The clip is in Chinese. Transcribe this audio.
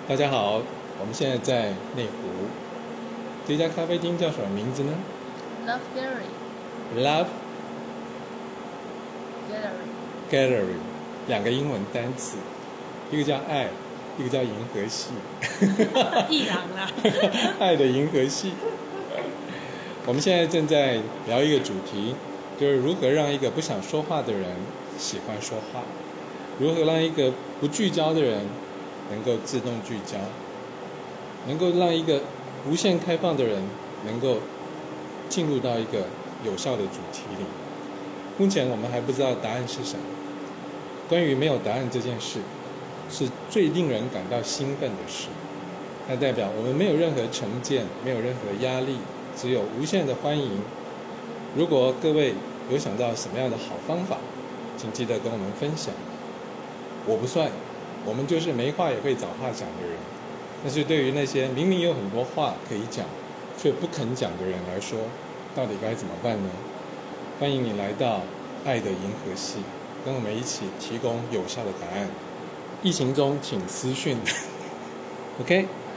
大家好，我们现在在内湖，这家咖啡厅叫什么名字呢 Love Gallery ？Love Gallery Gallery，两个英文单词，一个叫爱，一个叫银河系。 伊朗啦。 爱的银河系。我们现在正在聊一个主题，就是如何让一个不想说话的人喜欢说话，如何让一个不聚焦的人能够自动聚焦，能够让一个无限开放的人能够进入到一个有效的主题里。目前我们还不知道答案是什么。关于没有答案这件事，是最令人感到兴奋的事。它代表我们没有任何成见，没有任何压力，只有无限的欢迎。如果各位有想到什么样的好方法，请记得跟我们分享。我不算，我们就是没话也会找话讲的人。但是对于那些明明有很多话可以讲，却不肯讲的人来说，到底该怎么办呢？欢迎你来到爱的银河系，跟我们一起提供有效的答案。疫情中请私讯。OK。